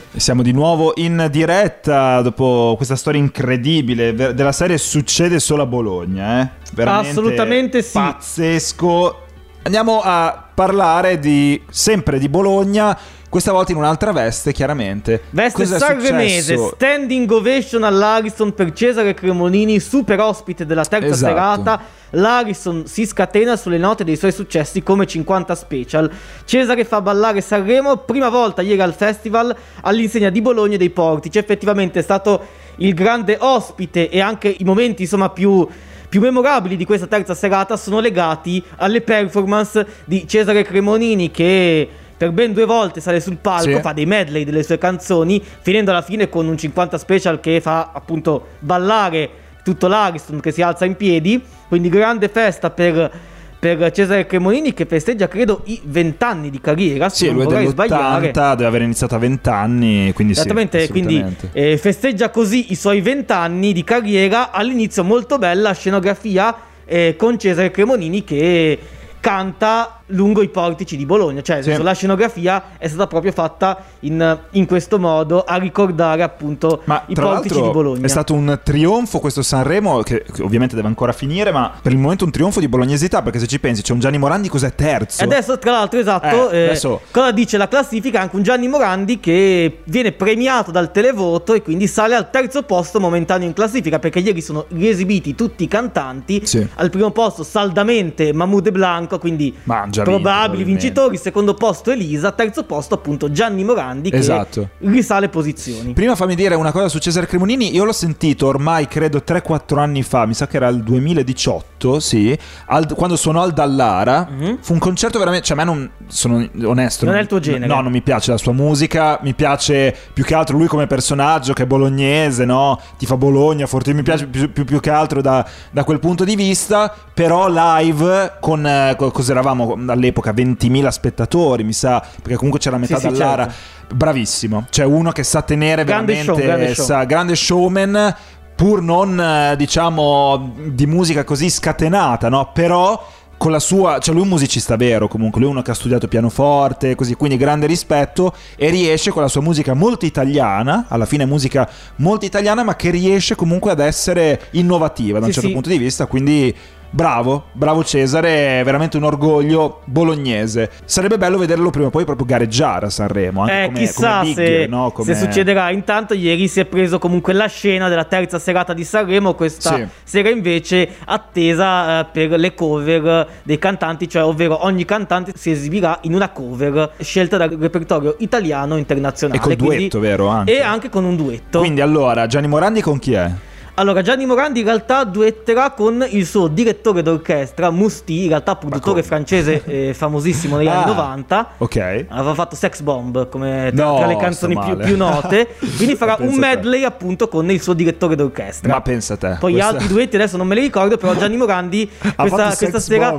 Siamo di nuovo in diretta dopo questa storia incredibile della serie Succede solo a Bologna, veramente assolutamente sì, pazzesco. Andiamo a parlare sempre di Bologna, questa volta in un'altra veste, chiaramente. Veste sanremese, standing ovation all'Ariston per Cesare Cremonini, super ospite della terza serata. L'Ariston si scatena sulle note dei suoi successi come 50 special. Cesare fa ballare Sanremo, prima volta ieri al festival all'insegna di Bologna e dei Portici. Effettivamente è stato il grande ospite e anche i momenti insomma più memorabili di questa terza serata sono legati alle performance di Cesare Cremonini, che per ben 2 volte sale sul palco, fa dei medley delle sue canzoni, finendo alla fine con un 50 special che fa appunto ballare tutto l'Ariston, che si alza in piedi. Quindi grande festa per Cesare Cremonini, che festeggia credo i 20 anni di carriera. Sì, lui è dell'80, deve aver iniziato a 20 anni, quindi esattamente, sì, quindi festeggia così i suoi 20 anni di carriera. All'inizio molto bella scenografia con Cesare Cremonini che canta lungo i portici di Bologna, cioè la scenografia è stata proprio fatta in questo modo, a ricordare appunto i portici di Bologna. È stato un trionfo questo Sanremo, che ovviamente deve ancora finire, ma per il momento un trionfo di bolognesità, perché se ci pensi c'è un Gianni Morandi, cos'è, terzo? E adesso tra l'altro adesso cosa dice la classifica? Anche un Gianni Morandi che viene premiato dal televoto e quindi sale al terzo posto momentaneo in classifica, perché ieri sono riesibiti tutti i cantanti. Al primo posto saldamente Mahmood e Blanco, quindi probabili vincitori. Secondo posto Elisa, terzo posto appunto Gianni Morandi, che risale posizioni. Prima fammi dire una cosa su Cesare Cremonini. Io l'ho sentito ormai credo 3-4 anni fa, mi sa che era il 2018, quando suonò al Dallara. Fu un concerto veramente, cioè a me non, sono onesto, non è il tuo genere. No, non mi piace la sua musica, mi piace più che altro lui come personaggio, che è bolognese, no? Ti fa Bologna, forte, mi piace più che altro da quel punto di vista. Però live con cos'eravamo all'epoca, 20.000 spettatori, mi sa, perché comunque c'era metà Dallara. Certo. Bravissimo, cioè uno che sa tenere veramente grande showman, pur non diciamo di musica così scatenata, no? Però con la sua, cioè lui è un musicista vero, comunque lui è uno che ha studiato pianoforte, così, quindi grande rispetto, e riesce con la sua musica molto italiana, alla fine musica molto italiana, ma che riesce comunque ad essere innovativa da un certo punto di vista, quindi bravo Cesare, è veramente un orgoglio bolognese. Sarebbe bello vederlo prima o poi proprio gareggiare a Sanremo, anche chissà come big, no? Se succederà. Intanto ieri si è preso comunque la scena della terza serata di Sanremo, questa sera invece attesa per le cover dei cantanti, cioè ovvero ogni cantante si esibirà in una cover scelta dal repertorio italiano e internazionale, e col duetto, vero? E anche con un duetto. Quindi allora Gianni Morandi con chi è? Allora, Gianni Morandi in realtà duetterà con il suo direttore d'orchestra, Musti, in realtà produttore francese famosissimo negli anni 90. Aveva fatto Sex Bomb come tra le canzoni più note. Quindi farà un medley appunto con il suo direttore d'orchestra. Ma pensa te. Poi gli altri duetti adesso non me li ricordo, però Gianni Morandi questa sera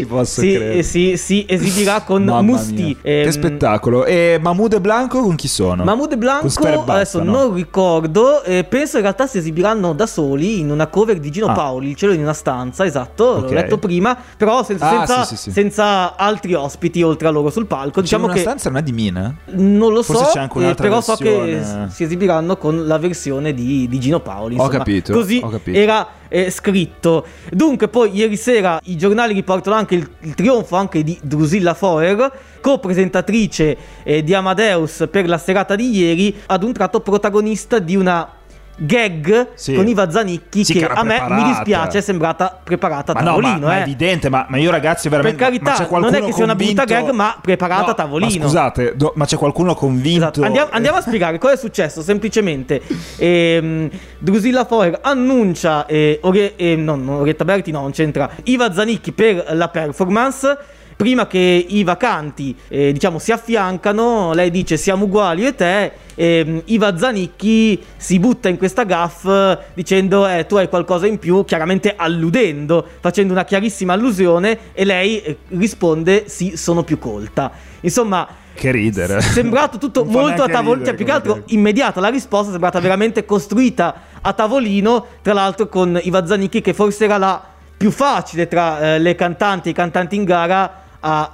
si esibirà con Musti. Che spettacolo. E Mahmood e Blanco con chi sono? Mahmood e Blanco adesso non ricordo, penso in realtà si esibiranno da soli in una cover di Gino Paoli, Il cielo in una stanza, l'ho letto prima, però senza altri ospiti oltre a loro sul palco. Diciamo che stanza non è di Mina? Non lo so, c'è anche un'altra però versione. So che si esibiranno con la versione di Gino Paoli, insomma. Ho capito. Così era scritto. Dunque poi ieri sera i giornali riportano anche il trionfo anche di Drusilla Foer, co-presentatrice di Amadeus per la serata di ieri, ad un tratto protagonista di una gag con Iva Zanicchi che a me mi dispiace è sembrata preparata a tavolino. Ma è evidente, ma io ragazzi veramente, per carità, non è che sia una brutta gag, ma preparata a tavolino. Ma scusate, ma c'è qualcuno convinto? Andiamo a spiegare cosa è successo. Semplicemente Drusilla Foer annuncia Orietta Berti non c'entra Iva Zanicchi per la performance. Prima che Iva canti, si affiancano, lei dice siamo uguali io e te, Iva Zanicchi si butta in questa gaffe dicendo tu hai qualcosa in più, chiaramente alludendo, facendo una chiarissima allusione, e lei risponde sì, sono più colta. Insomma, che ridere, sembrato tutto molto a tavolino, cioè più che altro immediata la risposta, è sembrata veramente costruita a tavolino, tra l'altro con Iva Zanicchi che forse era la più facile tra le cantanti e i cantanti in gara a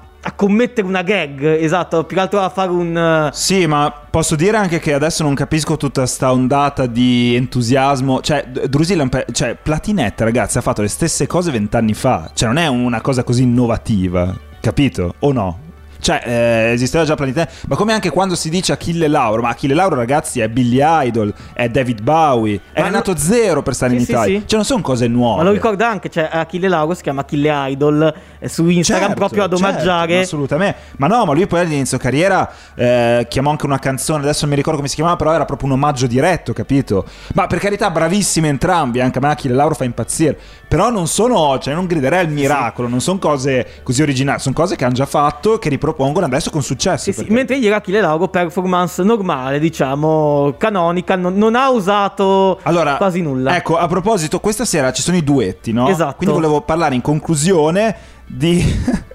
scommettere una gag, esatto, più che altro a fare un... Sì, ma posso dire anche che adesso non capisco tutta sta ondata di entusiasmo. Cioè, cioè, Platinette, ragazzi, ha fatto le stesse cose 20 anni fa. Cioè, non è una cosa così innovativa, capito? O no? Cioè, esisteva già Platinette, ma come anche quando si dice Achille Lauro, ma Achille Lauro, ragazzi, è Billy Idol, è David Bowie, è nato zero per stare in Italia. Cioè, non sono cose nuove. Ma lo ricorda anche, cioè, Achille Lauro si chiama Achille Idol su Instagram, proprio ad omaggiare. Assolutamente. Ma no, ma lui poi all'inizio carriera chiamò anche una canzone, adesso non mi ricordo come si chiamava, però era proprio un omaggio diretto, capito? Ma per carità, bravissimi entrambi, anche a me Achille Lauro fa impazzire. Però non sono, cioè, non griderei al miracolo, non sono cose così originali, sono cose che hanno già fatto, che ripropongono adesso con successo. Mentre ieri Achille Lauro, performance normale, diciamo, canonica, non ha usato quasi nulla. Ecco, a proposito, questa sera ci sono i duetti, no? Esatto. Quindi volevo parlare in conclusione di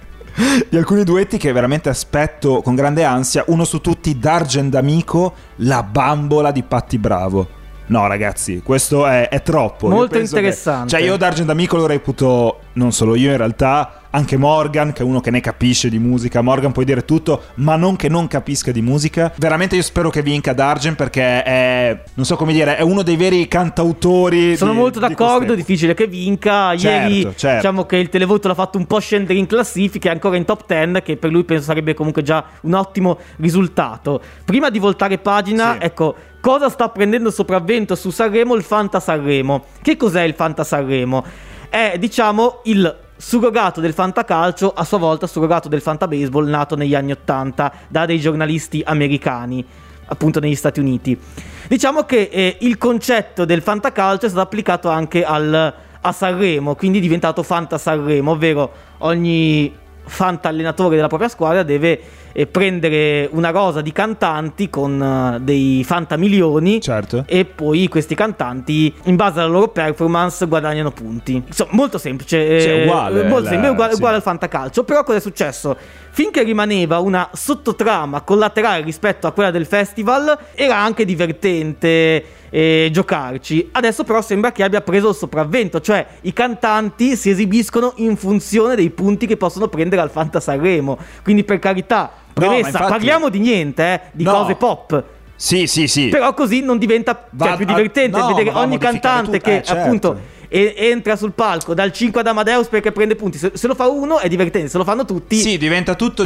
alcuni duetti che veramente aspetto con grande ansia. Uno su tutti, Dargen D'Amico, La bambola di Patti Bravo. No, ragazzi, questo è troppo. Molto interessante. Cioè, io Dargen D'Amico lo reputo, non solo io in realtà, anche Morgan, che è uno che ne capisce di musica. Morgan puoi dire tutto, ma non che non capisca di musica. Veramente io spero che vinca Dargen, perché è, non so come dire, è uno dei veri cantautori. Sono molto d'accordo, difficile che vinca. Ieri certo. Diciamo che il televoto l'ha fatto un po' scendere in classifica, è ancora in top 10, che per lui penso sarebbe comunque già un ottimo risultato. Prima di voltare pagina, ecco, cosa sta prendendo sopravvento su Sanremo? Il Fanta Sanremo. Che cos'è il Fanta Sanremo? È, diciamo, il surrogato del fantacalcio, a sua volta surrogato del fantabaseball, nato negli anni 80 da dei giornalisti americani, appunto negli Stati Uniti. Diciamo che il concetto del fantacalcio è stato applicato anche a Sanremo, quindi è diventato Fanta Sanremo, ovvero ogni fanta allenatore della propria squadra deve prendere una rosa di cantanti con dei fantamilioni, certo, e poi questi cantanti in base alla loro performance guadagnano punti. Insomma, molto semplice, cioè, uguale al fantacalcio. Però cosa è successo? Finché rimaneva una sottotrama collaterale rispetto a quella del festival, era anche divertente giocarci. Adesso però sembra che abbia preso il sopravvento, cioè i cantanti si esibiscono in funzione dei punti che possono prendere al Fanta Sanremo. Quindi, per carità, premessa, infatti, parliamo di niente, di cose pop. Sì. Però così non diventa più divertente vedere ogni cantante che appunto entra sul palco dal 5 ad Amadeus perché prende punti. Se lo fa uno è divertente, se lo fanno tutti diventa tutto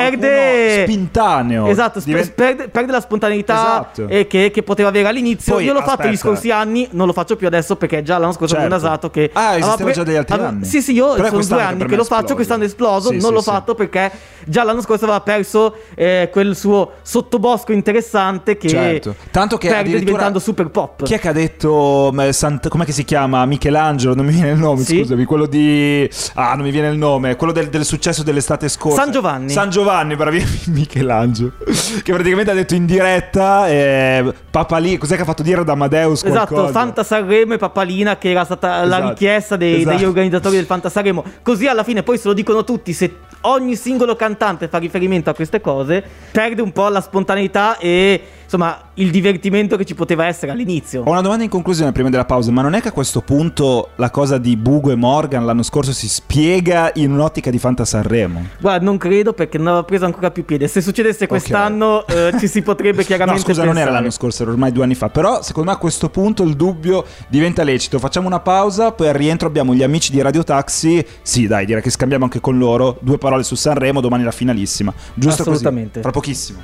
perde spintaneo. Esatto, perde la spontaneità che poteva avere all'inizio. Poi, io l'ho fatto gli scorsi anni, non lo faccio più adesso perché già l'anno scorso avevo nasato che esisteva già degli altri anni. Sì, io sono 2 anni che lo faccio, quest'anno è esploso. Non l'ho fatto perché già l'anno scorso aveva perso quel suo sottobosco interessante che tanto che perde diventando super pop. Chi è che ha detto com'è che si chiama? Michelangelo, non mi viene il nome, scusami, quello di non mi viene il nome, quello del successo dell'estate scorsa, San Giovanni, bravissimo, Michelangelo, che praticamente ha detto in diretta Papalì, cos'è che ha fatto dire ad Amadeus qualcosa? Esatto, Fanta Sanremo e Papalina, che era stata la richiesta degli organizzatori del Fanta Sanremo. Così alla fine poi se lo dicono tutti, se ogni singolo cantante fa riferimento a queste cose, perde un po' la spontaneità e insomma il divertimento che ci poteva essere all'inizio. Ho una domanda in conclusione prima della pausa, ma non è che a questo punto la cosa di Bugo e Morgan l'anno scorso si spiega in un'ottica di Fanta Sanremo? Guarda, non credo, perché non aveva preso ancora più piede. Se succedesse quest'anno ci si potrebbe chiaramente no, scusa, pensare. Non era l'anno scorso, era ormai 2 anni fa. Però secondo me a questo punto il dubbio diventa lecito. Facciamo una pausa, poi al rientro abbiamo gli amici di Radio Taxi. Sì, dai, direi che scambiamo anche con loro 2 parole su Sanremo, domani la finalissima. Giusto? Assolutamente. Così, fra pochissimo.